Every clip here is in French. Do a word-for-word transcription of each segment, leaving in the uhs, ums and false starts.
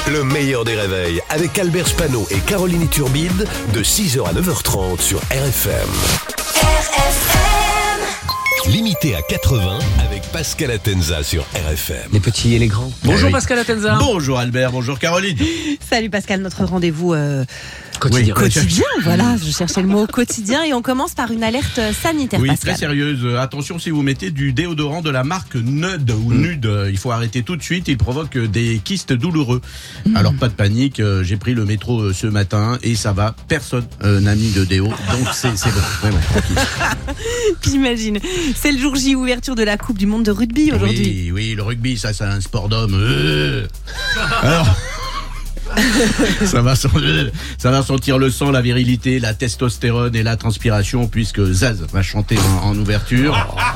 Le meilleur des réveils avec Albert Spano et Caroline Turbide de six heures à neuf heures trente sur R F M. R F M. Limité à quatre-vingts avec Pascal Atenza sur R F M. Les petits et les grands. Bonjour Eh oui. Pascal Atenza. Bonjour Albert, bonjour Caroline. Salut Pascal, notre rendez-vous euh, Quotidien. oui, quotidien, voilà, je cherchais le mot quotidien et on commence par une alerte sanitaire, Oui, Pascal. très sérieuse. Euh, Attention, si vous mettez du déodorant de la marque Nude ou Mm. Nude, euh, il faut arrêter tout de suite. Il provoque euh, des kystes douloureux. Mm. Alors pas de panique. euh, J'ai pris le métro euh, ce matin et ça va. Personne euh, n'a mis de déo, donc c'est c'est bon. Vraiment, tranquille. J'imagine. C'est le jour J, ouverture de la Coupe du Monde de rugby aujourd'hui. Oui, oui, le rugby, ça, c'est un sport d'homme. Euh. Alors. ça, va sentir, ça va sentir le sang, la virilité, la testostérone et la transpiration puisque Zaz va chanter en, en ouverture.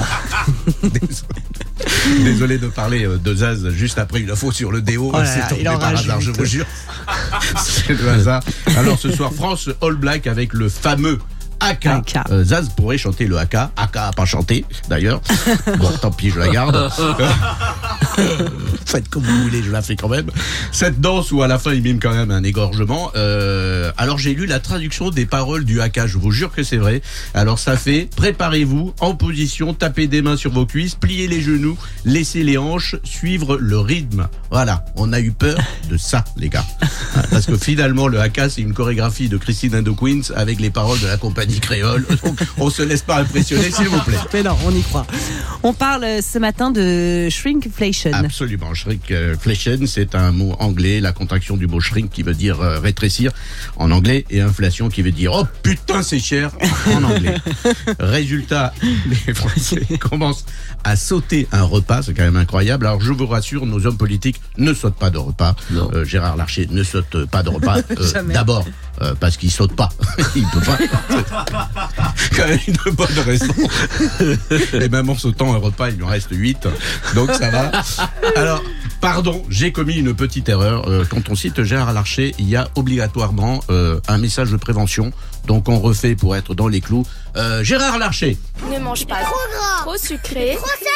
Désolé. Désolé de parler de Zaz juste après une info sur le déo. Oh là c'est là, tombé il en par hasard, rajoute. je vous jure. C'est le hasard. Alors ce soir, France All Black avec le fameux A K. A K. Euh, Zaz pourrait chanter le A K. A K a pas chanté, d'ailleurs. Bon, tant pis, je la garde. Faites comme vous voulez, je la fais quand même. Cette danse où à la fin il mime quand même un égorgement. Euh, alors j'ai lu la traduction des paroles du A K, je vous jure que c'est vrai. Alors ça fait: préparez-vous, en position, tapez des mains sur vos cuisses, pliez les genoux, laissez les hanches suivre le rythme. Voilà, on a eu peur de ça, les gars. Parce que finalement le A K c'est une chorégraphie de Christine and the Queens avec les paroles de la compagnie créole. Donc on se laisse pas impressionner, s'il vous plaît. Mais non, on y croit. On parle euh, ce matin de shrinkflation. Absolument. Shrinkflation, c'est un mot anglais, la contraction du mot shrink qui veut dire euh, rétrécir en anglais et inflation qui veut dire oh putain c'est cher en anglais. Résultat, les Français commencent à sauter un repas, c'est quand même incroyable. Alors je vous rassure, nos hommes politiques ne sautent pas de repas. Euh, Gérard Larcher ne saute pas de repas. Euh, D'abord euh, parce qu'il saute pas. Il peut pas. Quand même une bonne raison. Et même en sautant un repas, il lui en reste huit. Donc ça va. Alors, pardon, j'ai commis une petite erreur. Euh, quand on cite Gérard Larcher, il y a obligatoirement euh, un message de prévention. Donc on refait pour être dans les clous. Euh, Gérard Larcher. Ne mange pas trop gras, trop sucré, trop salé.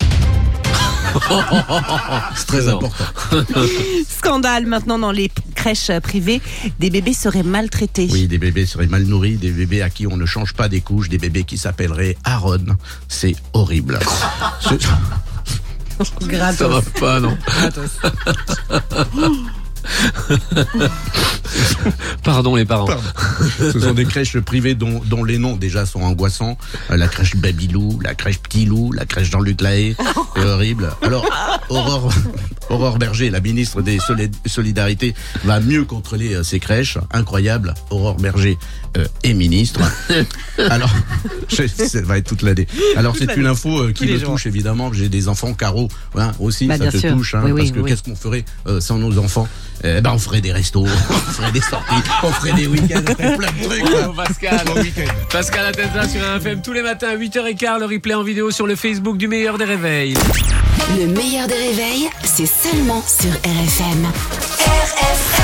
C'est très important. Scandale maintenant dans les crèches privées. Des bébés seraient maltraités. Oui, des bébés seraient mal nourris, des bébés à qui on ne change pas des couches, des bébés qui s'appelleraient Aaron. C'est horrible. Ce- Gratos. Ça va pas, non? Pardon les parents. Pardon. Ce sont des crèches privées dont, dont les noms déjà sont angoissants. Euh, La crèche Babylou, la crèche Petit Loup, la crèche Jean-Luc Lahaye. C'est horrible. Alors, Aurore, Aurore Berger, la ministre des Solid- Solidarités, va mieux contrôler euh, ces crèches. Incroyable. Aurore Berger euh, est ministre. Alors, je- ça va être toute l'année. Alors, c'est une info euh, qui Tous les me jours. touche évidemment. J'ai des enfants, Caro, hein, aussi, Bah, ça bien te sûr. touche. Hein, Oui, oui, parce que oui. qu'est-ce qu'on ferait euh, sans nos enfants? Eh ben, on ferait des restos, on ferait des sorties, on ferait des week-ends, on ferait plein de trucs. Bravo Pascal. Bon week-end. Pascal Atenza sur R F M tous les matins à huit heures quinze. Le replay en vidéo sur le Facebook du meilleur des réveils. Le meilleur des réveils, c'est seulement sur R F M. R F M.